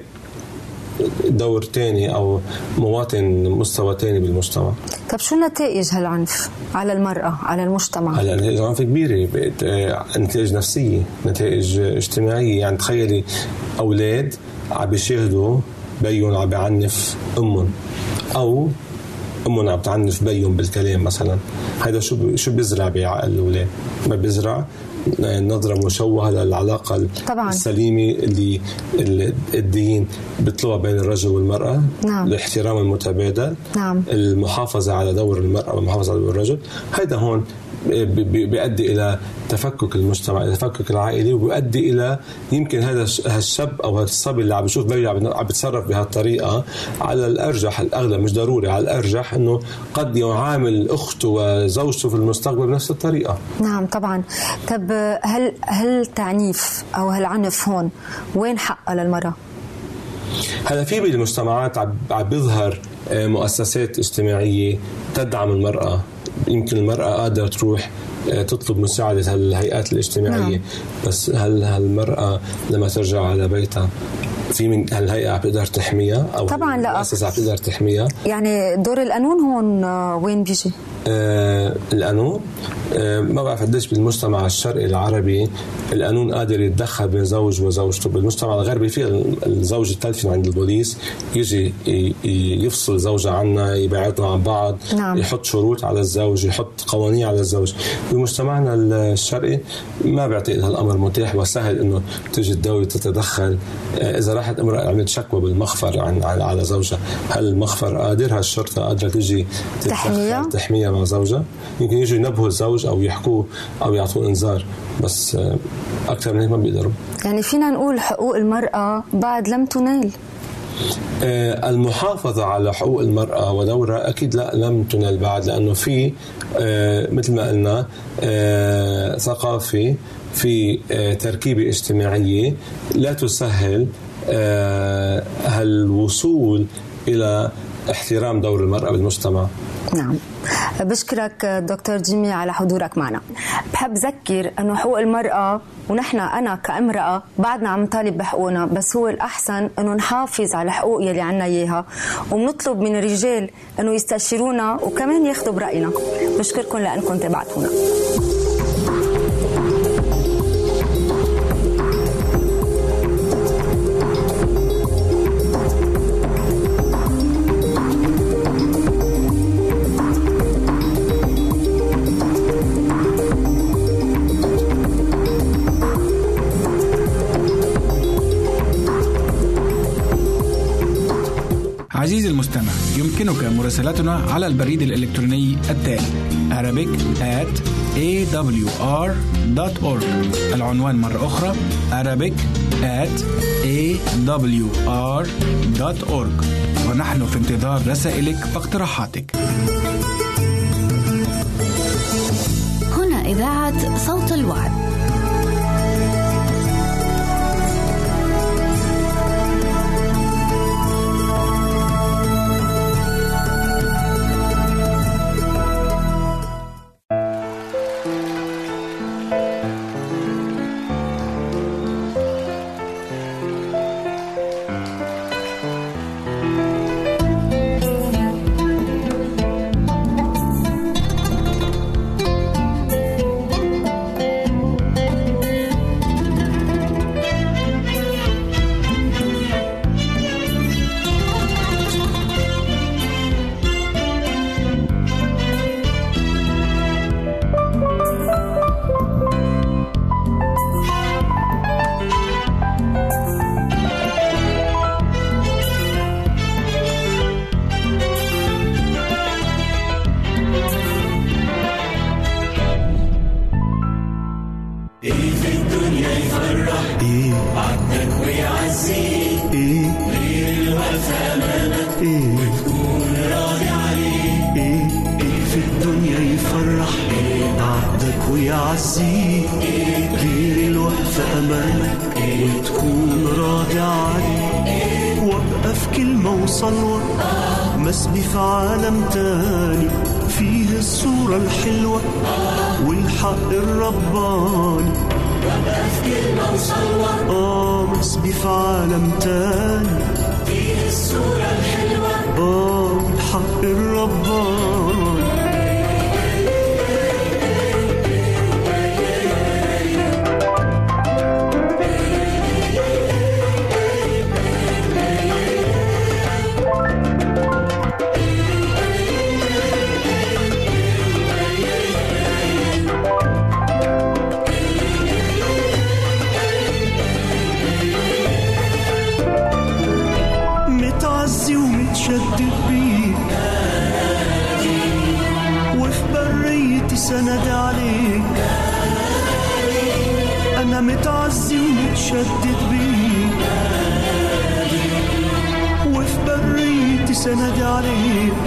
دور تاني أو مواطن مستوى تاني بالمجتمع. طب شو نتائج هالعنف على المرأة على المجتمع؟ هلا نتائج عنف كبيرة، نتائج نفسية، نتائج اجتماعية. يعني تخيلي أولاد عم بيشاهدوا بيهم عم بيعنف أمهم، أو أمهم عم تعنف بيهم بالكلام مثلا. هذا شو شو بيزرع بعقل الأولاد؟ ما بيزرع نظرة مشوهة للعلاقة طبعاً. السليمة اللي الدين بيطلبها بين الرجل والمرأة. نعم. الاحترام المتبادل. نعم. المحافظة على دور المرأة والمحافظة على دور الرجل. هذا هون بيؤدي إلى تفكك المجتمع، إلى تفكك العائلي، وبيؤدي إلى يمكن هذا هالشاب أو هالصبي اللي عم بيشوف بيه عم بيتصرف بهالطريقة، على الأرجح الأغلب مش ضروري، على الأرجح إنه قد يعامل أخته وزوجته في المستقبل بنفس الطريقة. نعم طبعا. طب هل هل تعنيف أو هالعنف هون وين حقها للمرأة؟ هذا في بالمجتمعات عم بيظهر مؤسسات اجتماعية تدعم المرأة. يمكن المرأة قادرة تروح تطلب مساعدة هالهيئات الاجتماعية. نعم. بس هل هالمرأة لما ترجع على بيتها في من هالهيئة عم تقدر تحميها؟ أو طبعا لا، المؤسسة عم تقدر تحميها؟ يعني دور القانون هون وين بيجي؟ آه القانون آه ما بعرف قديش بالمجتمع الشرقي العربي القانون قادر يتدخل بين زوج وزوجته. بالمجتمع الغربي في الزوج التلفين عند البوليس يجي يفصل زوجة عنها، يبعدنا عن بعض. نعم. يحط شروط على الزوج، يحط قوانين على الزوج. بمجتمعنا الشرقي ما بعتقد هالأمر متاح وسهل إنه تجي الدولة تتدخل. آه إذا راحت امرأة عملت شكوى بالمخفر عن على زوجها، هل المخفر قادر، هالشرطة قادرة تجي تحميها تحميها مع زوجها؟ يمكن يجوا ينبهوا الزوج أو يحكوا أو يعطوا إنذار، بس أكثر من هيك ما بيقدروا. يعني فينا نقول حقوق المرأة بعد لم تنال. المحافظة على حقوق المرأة ودورها أكيد لا لم تنال بعد، لأنه في مثل ما قلنا ثقافة، في تركيبة اجتماعية لا تسهل هالوصول إلى احترام دور المرأة بالمجتمع. نعم، بشكرك دكتور جيمي على حضورك معنا. بحب ذكر أنه حقوق المرأة ونحن أنا كامرأة بعدنا عم نطالب بحقوقنا، بس هو الأحسن أنه نحافظ على حقوق يلي عنا إياها، وبنطلب من الرجال أنه يستشيرونا وكمان ياخدوا برأينا. بشكركم لأنكم تابعتونا. عزيزي المستمع، يمكنك مراسلتنا على البريد الإلكتروني التالي arabic at a w r dot org. العنوان مرة أخرى arabic at a w r dot org، ونحن في انتظار رسائلك واقتراحاتك. هنا إذاعة صوت الوعد. مسبي في عالم تاني فيه الصورة الحلوة والحق الرباني. آه مسبي في عالم تاني فيه الصورة الحلوة آه والحق الرباني. ومتشدد بيك وفي بريتي سند عليك. أنا متعزي ومتشدد بيك وفي بريتي سند عليك.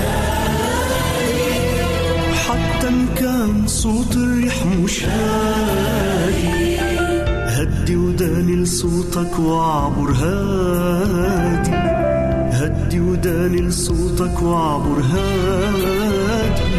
حتى إن كان صوت الريح مش هادي، هدي وداني لصوتك وعبر هادي. هدي وداني لصوتك وعبر هادي.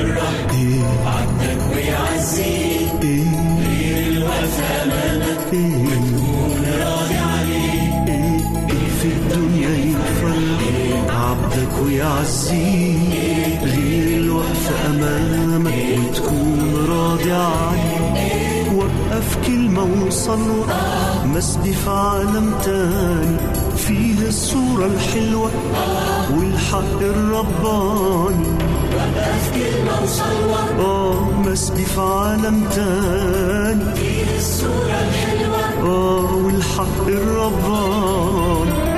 يفرح عبدك ويعزيك غير الوقف أمامك وتكون راضي عليك في الدنيا يفرح عبدك ويعزيك غير الوقف أمامك وتكون راضي عليك وقف كلمة وصلوة مسبي في عالم تاني فيه الصورة الحلوة والحق الرباني وقف كلمة وصلوة آه مسبي في عالم تاني فيه الصورة الحلوة آه والحق الرباني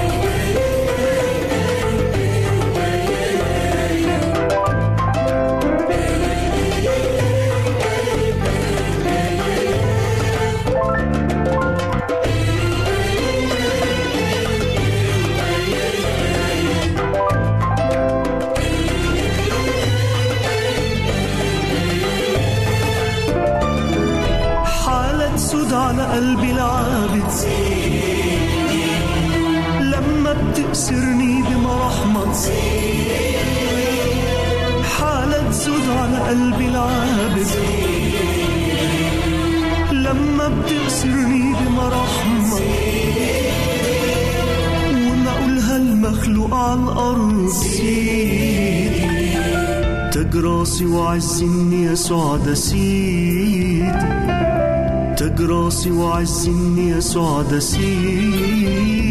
على قلبي العابد لما بتأسرني بمرحمة حالة زود على قلبي العابد لما بتأسرني بمرحمة وما أقولها المخلوق على الأرض سيدي تاج راسي وعزني يسوع ده سيدي تاج راسي وعزني يسوع ده سيدي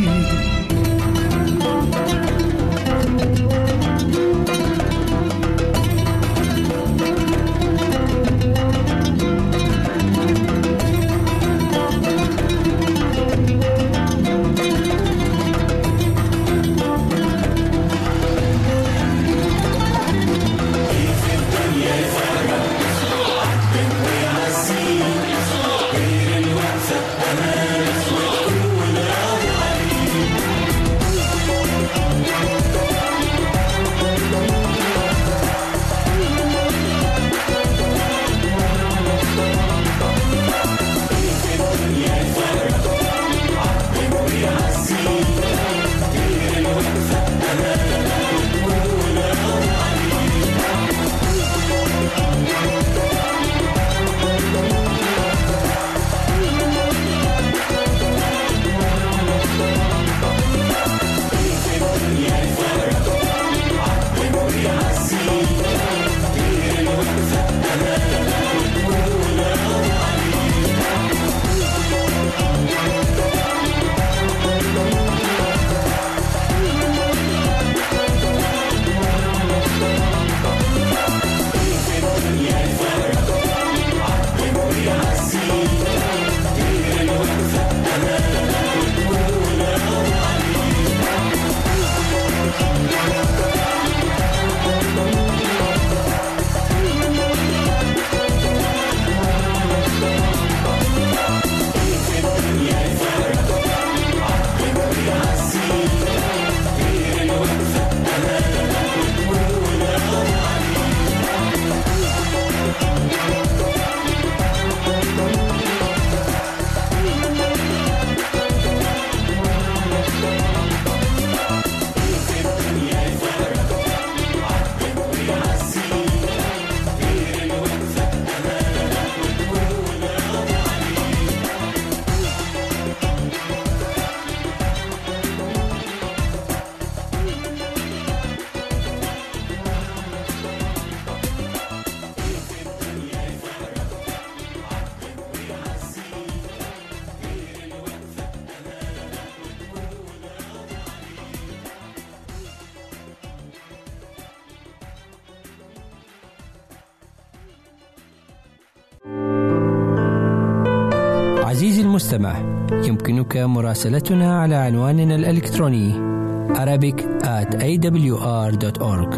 عزيزي المستمع، يمكنك مراسلتنا على عنواننا الإلكتروني arabic at a w r dot org.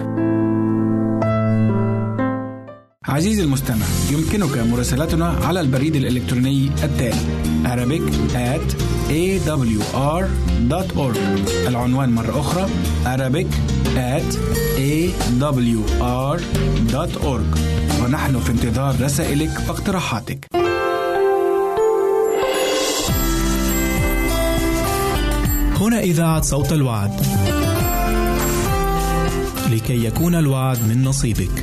عزيزي المستمع، يمكنك مراسلتنا على البريد الإلكتروني التالي arabic at a w r dot org. العنوان مرة أخرى arabic at a w r dot org. ونحن في انتظار رسائلك واقتراحاتك. هنا إذاعة صوت الوعد. لكي يكون الوعد من نصيبك.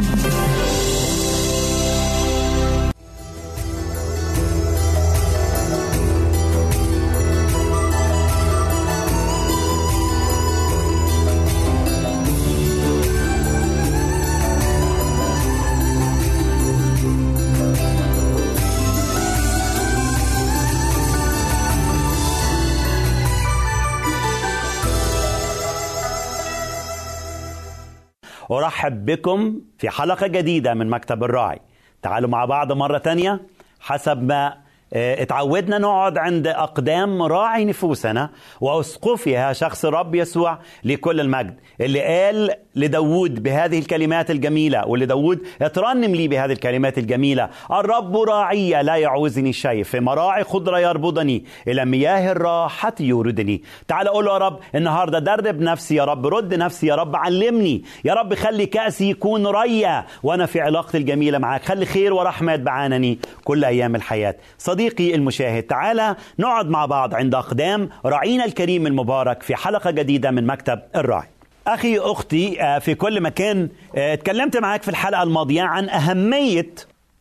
أرحب بكم في حلقة جديدة من مكتب الراعي. تعالوا مع بعض مرة تانية حسب ما اتعودنا نقعد عند أقدام راعي نفوسنا وأسقفها شخص الرب يسوع لكل المجد، اللي قال لداود بهذه الكلمات الجميلة، واللي داود اترنم لي بهذه الكلمات الجميلة: الرب راعي لا يعوزني شيء، في مراعي خضرة يربضني، إلى مياه الراحة يوردني. تعال أقول له: يا رب النهاردة درب نفسي، يا رب رد نفسي، يا رب علمني، يا رب خلي كأسي يكون ريا وأنا في علاقتي الجميلة معك، خلي خير ورحمة بعانني كل أيام الحياة. صديقي المشاهد، تعالى نقعد مع بعض عند أقدام راعينا الكريم المبارك في حلقة جديدة من مكتب الراعي. أخي أختي في كل مكان، اتكلمت معك في الحلقة الماضية عن أهمية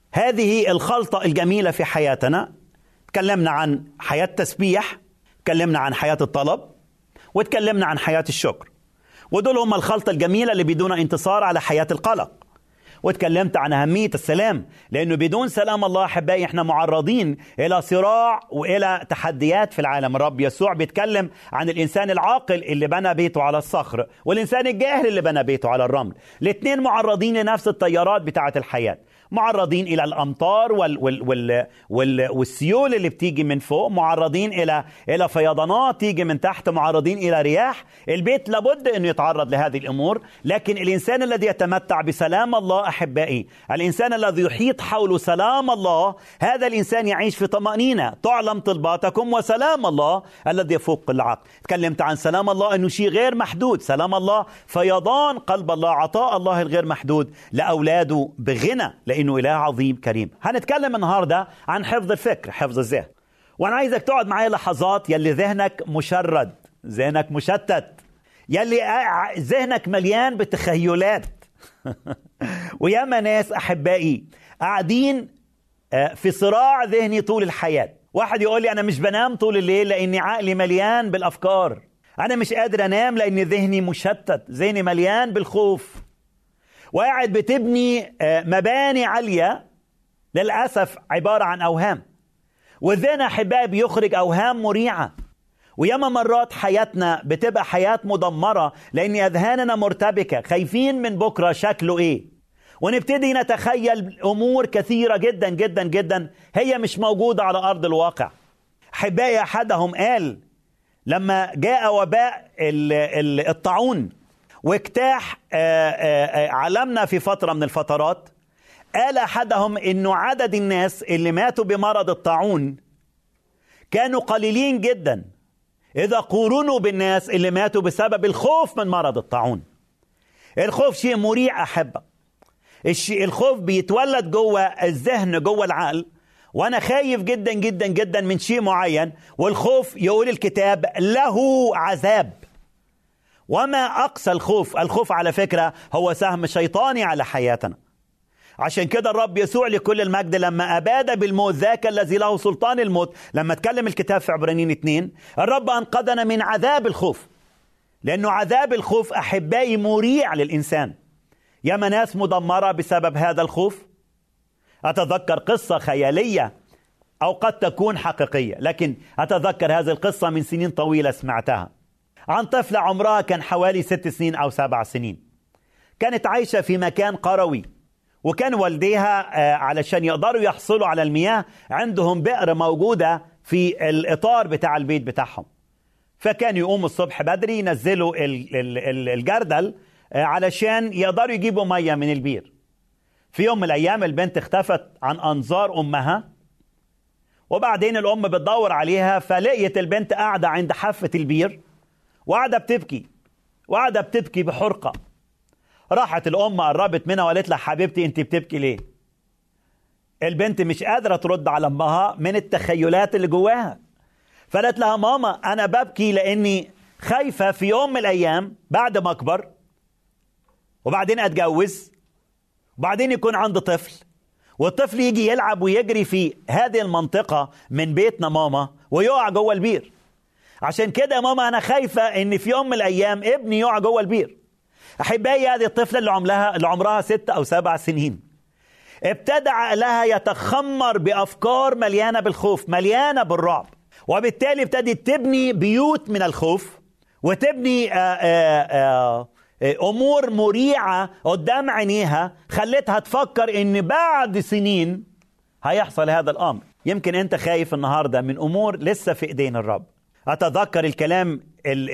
هذه الخلطة الجميلة في حياتنا. تكلمنا عن حياة تسبيح، تكلمنا عن حياة الطلب، وتكلمنا عن حياة الشكر، ودول هم الخلطة الجميلة اللي بدون انتصار على حياة القلق. وتكلمت عن أهمية السلام، لأنه بدون سلام الله أحبائي إحنا معرضين إلى صراع وإلى تحديات في العالم. الرب يسوع بيتكلم عن الإنسان العاقل اللي بنى بيته على الصخر، والإنسان الجاهل اللي بنى بيته على الرمل. الاثنين معرضين لنفس التيارات بتاعة الحياة، معرضين إلى الأمطار وال وال وال وال والسيول اللي بتيجي من فوق، معرضين إلى إلى فيضانات تيجي من تحت، معرضين إلى رياح. البيت لابد أنه يتعرض لهذه الأمور، لكن الإنسان الذي يتمتع بسلام الله أحبائي، الإنسان الذي يحيط حوله سلام الله، هذا الإنسان يعيش في طمأنينة. تعلم طلباتكم وسلام الله الذي يفوق العقل. تكلمت عن سلام الله أنه شيء غير محدود، سلام الله فيضان قلب الله، عطاء الله الغير محدود لأولاده بغنى، لأنه إله عظيم كريم. هنتكلم النهاردة عن حفظ الفكر، حفظ الذهن. وأنا عايزك تقعد معي لحظات يلي ذهنك مشرد، ذهنك مشتت، يلي ذهنك مليان بتخيلات وياما ناس أحبائي قاعدين في صراع ذهني طول الحياة. واحد يقول لي: أنا مش بنام طول الليل لأني عقلي مليان بالأفكار، أنا مش قادر أنام لأن ذهني مشتت، ذهني مليان بالخوف. وقاعد بتبني مباني عالية للأسف عبارة عن أوهام، والذهن أحبائي بيخرج أوهام مريعة. وياما مرات حياتنا بتبقى حياة مدمرة لأن أذهاننا مرتبكة، خايفين من بكرة شكله إيه، ونبتدي نتخيل أمور كثيرة جدا جدا جدا هي مش موجودة على أرض الواقع. أحبائي أحدهم قال لما جاء وباء الطاعون واجتاح عالمنا في فترة من الفترات، قال أحدهم إنه عدد الناس اللي ماتوا بمرض الطاعون كانوا قليلين جدا إذا قورنوا بالناس اللي ماتوا بسبب الخوف من مرض الطاعون. الخوف شيء مريع أحبة، الخوف بيتولد جوه الذهن جوه العقل، وأنا خايف جدا جدا جدا من شيء معين، والخوف يقول الكتاب له عذاب. وما أقسى الخوف، الخوف على فكرة هو سهم شيطاني على حياتنا. عشان كده الرب يسوع لكل المجد لما أباد بالموت ذاك الذي له سلطان الموت، لما تكلم الكتاب في عبرانيين اتنين، الرب أنقذنا من عذاب الخوف، لأنه عذاب الخوف أحبائي مريع للإنسان. ياما ناس مدمرة بسبب هذا الخوف. أتذكر قصة خيالية أو قد تكون حقيقية، لكن أتذكر هذه القصة من سنين طويلة سمعتها، عن طفلة عمرها كان حوالي ست سنين أو سبع سنين. كانت عايشة في مكان قروي، وكان والديها علشان يقدروا يحصلوا على المياه عندهم بئر موجودة في الإطار بتاع البيت بتاعهم. فكان يقوموا الصبح بدري ينزلوا الجردل علشان يقدروا يجيبوا مية من البير. في يوم من الأيام البنت اختفت عن أنظار أمها، وبعدين الأم بتدور عليها، فلقيت البنت قاعدة عند حافة البير وقاعدة بتبكي، وقاعدة بتبكي بحرقة. راحت الأم قربت منها وقالت لها: حبيبتي أنت بتبكي ليه؟ البنت مش قادرة ترد على أمها من التخيلات اللي جواها، فقالت لها: ماما أنا ببكي لأني خايفة في يوم من الأيام بعد ما أكبر وبعدين أتجوز، وبعدين يكون عندي طفل، والطفل يجي يلعب ويجري في هذه المنطقة من بيتنا ماما ويقع جوه البير. عشان كده يا ماما أنا خايفة إن في يوم من الأيام ابني يقع جوه البير. أحبائي، هذه الطفلة اللي عمرها اللي عمرها ست أو سبع سنين ابتدى عقلها يتخمر بأفكار مليانة بالخوف، مليانة بالرعب، وبالتالي ابتدت تبني بيوت من الخوف، وتبني آآ آآ أمور مريعة قدام عينيها خلتها تفكر إن بعد سنين هيحصل هذا الأمر. يمكن أنت خايف النهاردة من أمور لسه في إيدين الرب. أتذكر الكلام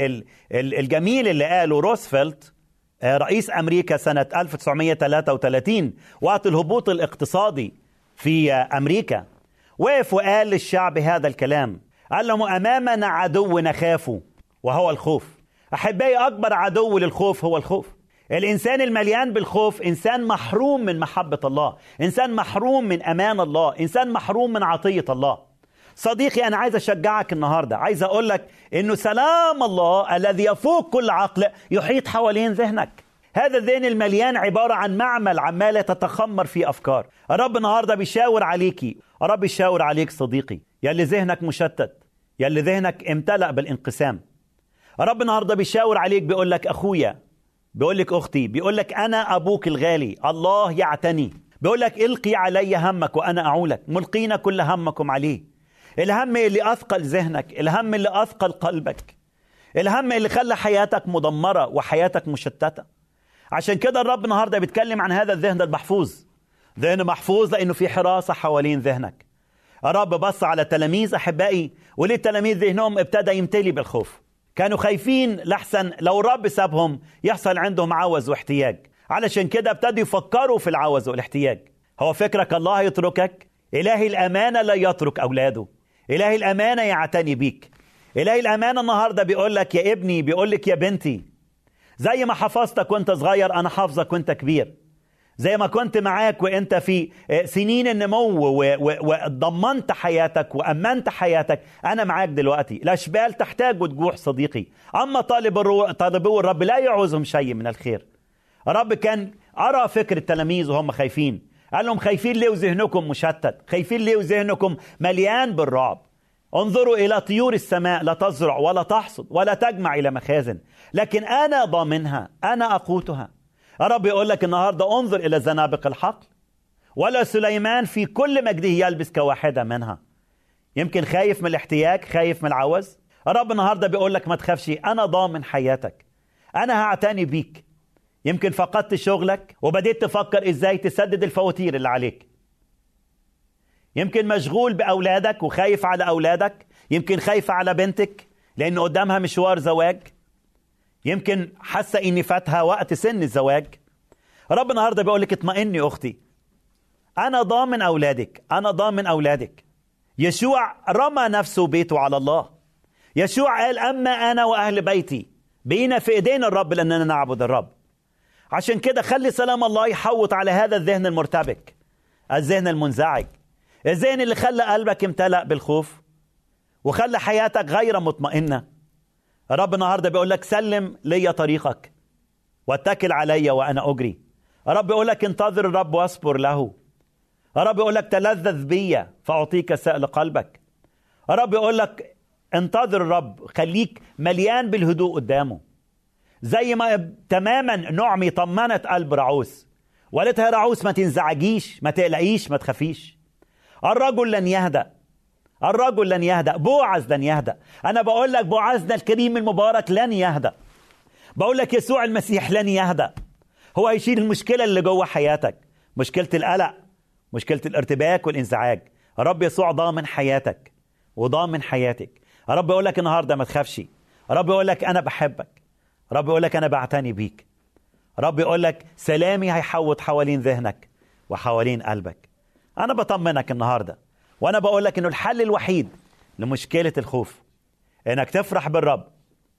الجميل اللي قاله روزفلت رئيس أمريكا سنة ألف وتسعمائة وثلاثة وثلاثين وقت الهبوط الاقتصادي في أمريكا. وقف وقال للشعب هذا الكلام، قال لهم أمامنا عدو نخافه وهو الخوف. أحبائي، أكبر عدو للخوف هو الخوف. الإنسان المليان بالخوف إنسان محروم من محبة الله، إنسان محروم من أمان الله، إنسان محروم من عطية الله. صديقي، أنا عايز أشجعك النهاردة، عايز أقول لك إنه سلام الله الذي يفوق كل عقل يحيط حوالين ذهنك. هذا الذهن المليان عبارة عن معمل عمالة تتخمر فيه أفكار. الرب النهاردة بيشاور عليكي، الرب بيشاور عليك صديقي، يلي ذهنك مشتت، يلي ذهنك امتلأ بالانقسام. الرب النهاردة بيشاور عليك، بيقول لك أخويا، بيقول لك أختي، بيقول لك أنا أبوك الغالي، الله يعتني، بيقول لك إلقي علي همك وأنا أعولك، ملقين كل همكم عليه. الهم اللي أثقل ذهنك، الهم اللي أثقل قلبك، الهم اللي خلى حياتك مدمرة وحياتك مشتتة. عشان كده الرب النهاردة بيتكلم عن هذا الذهن المحفوظ. ذهن محفوظ لأنه في حراسة حوالين ذهنك. الرب بص على تلاميذ أحبائي، وليه التلاميذ ذهنهم ابتدى يمتلي بالخوف. كانوا خايفين لحسن لو الرب سابهم يحصل عندهم عوز واحتياج، علشان كده ابتدوا يفكروا في العوز والاحتياج. هو فكرك الله يتركك؟ إلهي الأمانة لا يترك أولاده، إلهي الأمانة يعتني بيك. إلهي الأمانة النهاردة بيقول لك يا ابني، بيقول لك يا بنتي، زي ما حفظتك وانت صغير أنا حافظك وانت كبير، زي ما كنت معاك وانت في سنين النمو وضمنت حياتك وأمنت حياتك، أنا معاك دلوقتي. الأشبال تحتاج وتجوع صديقي، أما طالب الرو... طالبو الرب لا يعوزهم شيء من الخير. الرب كان أرى فكر التلاميذ وهم خايفين، قال لهم خايفين ليه وذهنكم مشتت؟ خايفين ليه وذهنكم مليان بالرعب؟ انظروا إلى طيور السماء، لا تزرع ولا تحصد ولا تجمع إلى مخازن، لكن أنا ضامنها، أنا أقوتها. الرب يقول لك النهاردة انظر إلى زنابق الحقل، ولا سليمان في كل مجده يلبس كواحدة منها. يمكن خايف من الاحتياج، خايف من العوز. الرب النهاردة بيقول لك ما تخافش، أنا ضامن حياتك، أنا هعتني بيك. يمكن فقدت شغلك وبديت تفكر إزاي تسدد الفواتير اللي عليك. يمكن مشغول بأولادك وخايف على أولادك، يمكن خايف على بنتك لأنه قدامها مشوار زواج، يمكن حاسة إني فاتها وقت سن الزواج. رب النهاردة بيقول لك اطمئني أختي، أنا ضامن أولادك، أنا ضامن أولادك. يشوع رمى نفسه بيته على الله. يشوع قال أما أنا وأهل بيتي بقينا في إيدين الرب لأننا نعبد الرب. عشان كده خلي سلام الله يحوط على هذا الذهن المرتبك، الذهن المنزعج، الذهن اللي خلى قلبك امتلأ بالخوف وخلى حياتك غير مطمئنة. الرب النهاردة بيقول لك سلم لي طريقك واتكل علي وأنا أجري. الرب بيقول لك انتظر الرب واصبر له. الرب بيقول لك تلذذ بي فأعطيك سائل قلبك. الرب بيقول لك انتظر الرب، خليك مليان بالهدوء قدامه. زي ما تماما نعمي طمنت قلب رعوس وقالت يا رعوس ما تنزعجيش، ما تقلقيش، ما تخافيش. الرجل لن يهدأ، الرجل لن يهدأ، بوعز لن يهدأ. أنا بقول لك بوعزنا الكريم المبارك لن يهدأ. بقول لك يسوع المسيح لن يهدأ. هو هيشيل المشكلة اللي جوه حياتك، مشكلة القلق، مشكلة الارتباك والانزعاج. الرب يسوع ضامن حياتك وضامن حياتك. الرب يقول لك النهاردة ما تخافش. الرب يقول لك أنا بحبك. الرب يقول لك أنا بعتني بيك. الرب يقول لك سلامي هيحوط حوالين ذهنك وحوالين قلبك. أنا بطمنك النهاردة، وأنا بقول لك إنه الحل الوحيد لمشكلة الخوف إنك تفرح بالرب.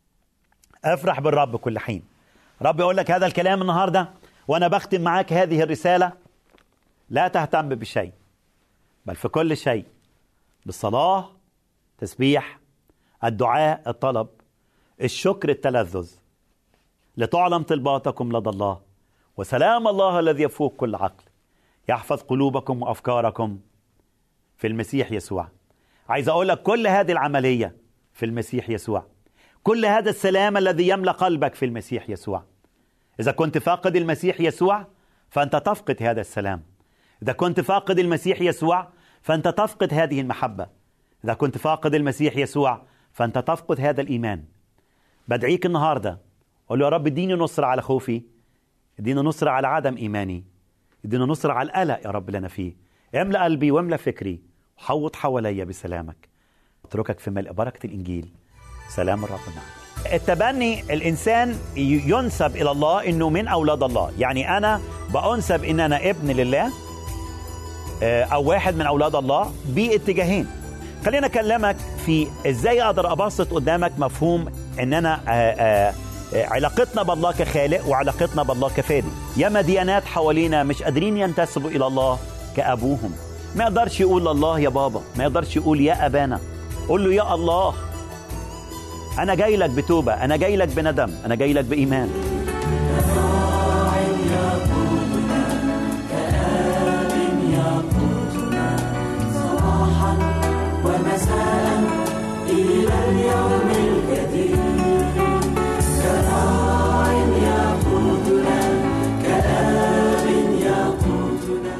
افرح بالرب كل حين. رب يقول لك هذا الكلام النهاردة وأنا بختم معاك هذه الرسالة. لا تهتم بشيء بل في كل شيء بالصلاة، تسبيح، الدعاء، الطلب، الشكر، التلذذ، لتعلم طلباتكم لدى الله وسلام الله الذي يفوق كل عقل يحفظ قلوبكم وأفكاركم في المسيح يسوع. عايز أقول لك كل هذه العملية في المسيح يسوع، كل هذا السلام الذي يملأ قلبك في المسيح يسوع. إذا كنت فاقد المسيح يسوع فأنت تفقد هذا السلام. إذا كنت فاقد المسيح يسوع فأنت تفقد هذه المحبة. إذا كنت فاقد المسيح يسوع فأنت تفقد هذا الإيمان. بدعيك النهاردة قول له يا رب اديني نصرة على خوفي، اديني نصرة على عدم إيماني، اديني نصرة على القلق يا رب اللي أنا فيه. املأ قلبي واملأ فكري وحوط حواليا بسلامك. اتركك في ملء بركة الإنجيل. سلام الرب معك. التبني الإنسان ينسب إلى الله إنه من أولاد الله، يعني أنا بأنسب إن أنا ابن لله أو واحد من أولاد الله باتجاهين. خلينا أكلمك في إزاي أقدر أبسط قدامك مفهوم إن أنا آآ آآ علاقتنا بالله كخالق وعلاقتنا بالله كفادي. ياما ديانات حوالينا مش قادرين ينتسبوا إلى الله كأبوهم. ما يقدرش يقول الله يا بابا، ما يقدرش يقول يا أبانا. قول له يا الله، أنا جاي لك بتوبة، أنا جاي لك بندم، أنا جاي لك بإيمان. إلى اليوم الجديد كراع يقودنا كآب يقودنا.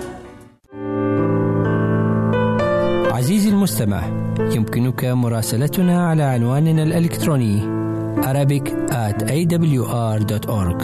عزيزي المستمع، يمكنك مراسلتنا على عنواننا الإلكتروني arabic at a w r dot org.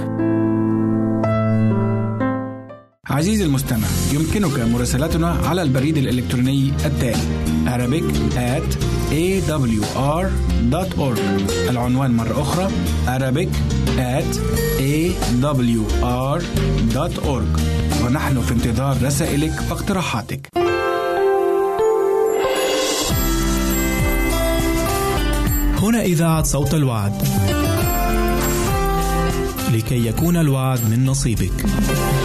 عزيزي المستمع، يمكنك مراسلتنا على البريد الإلكتروني التالي arabic at a w r dot org. العنوان مرة أخرى arabic at a w r dot org. ونحن في انتظار رسائلك واقتراحاتك. هنا إذاعة صوت الوعد، لكي يكون الوعد من نصيبك.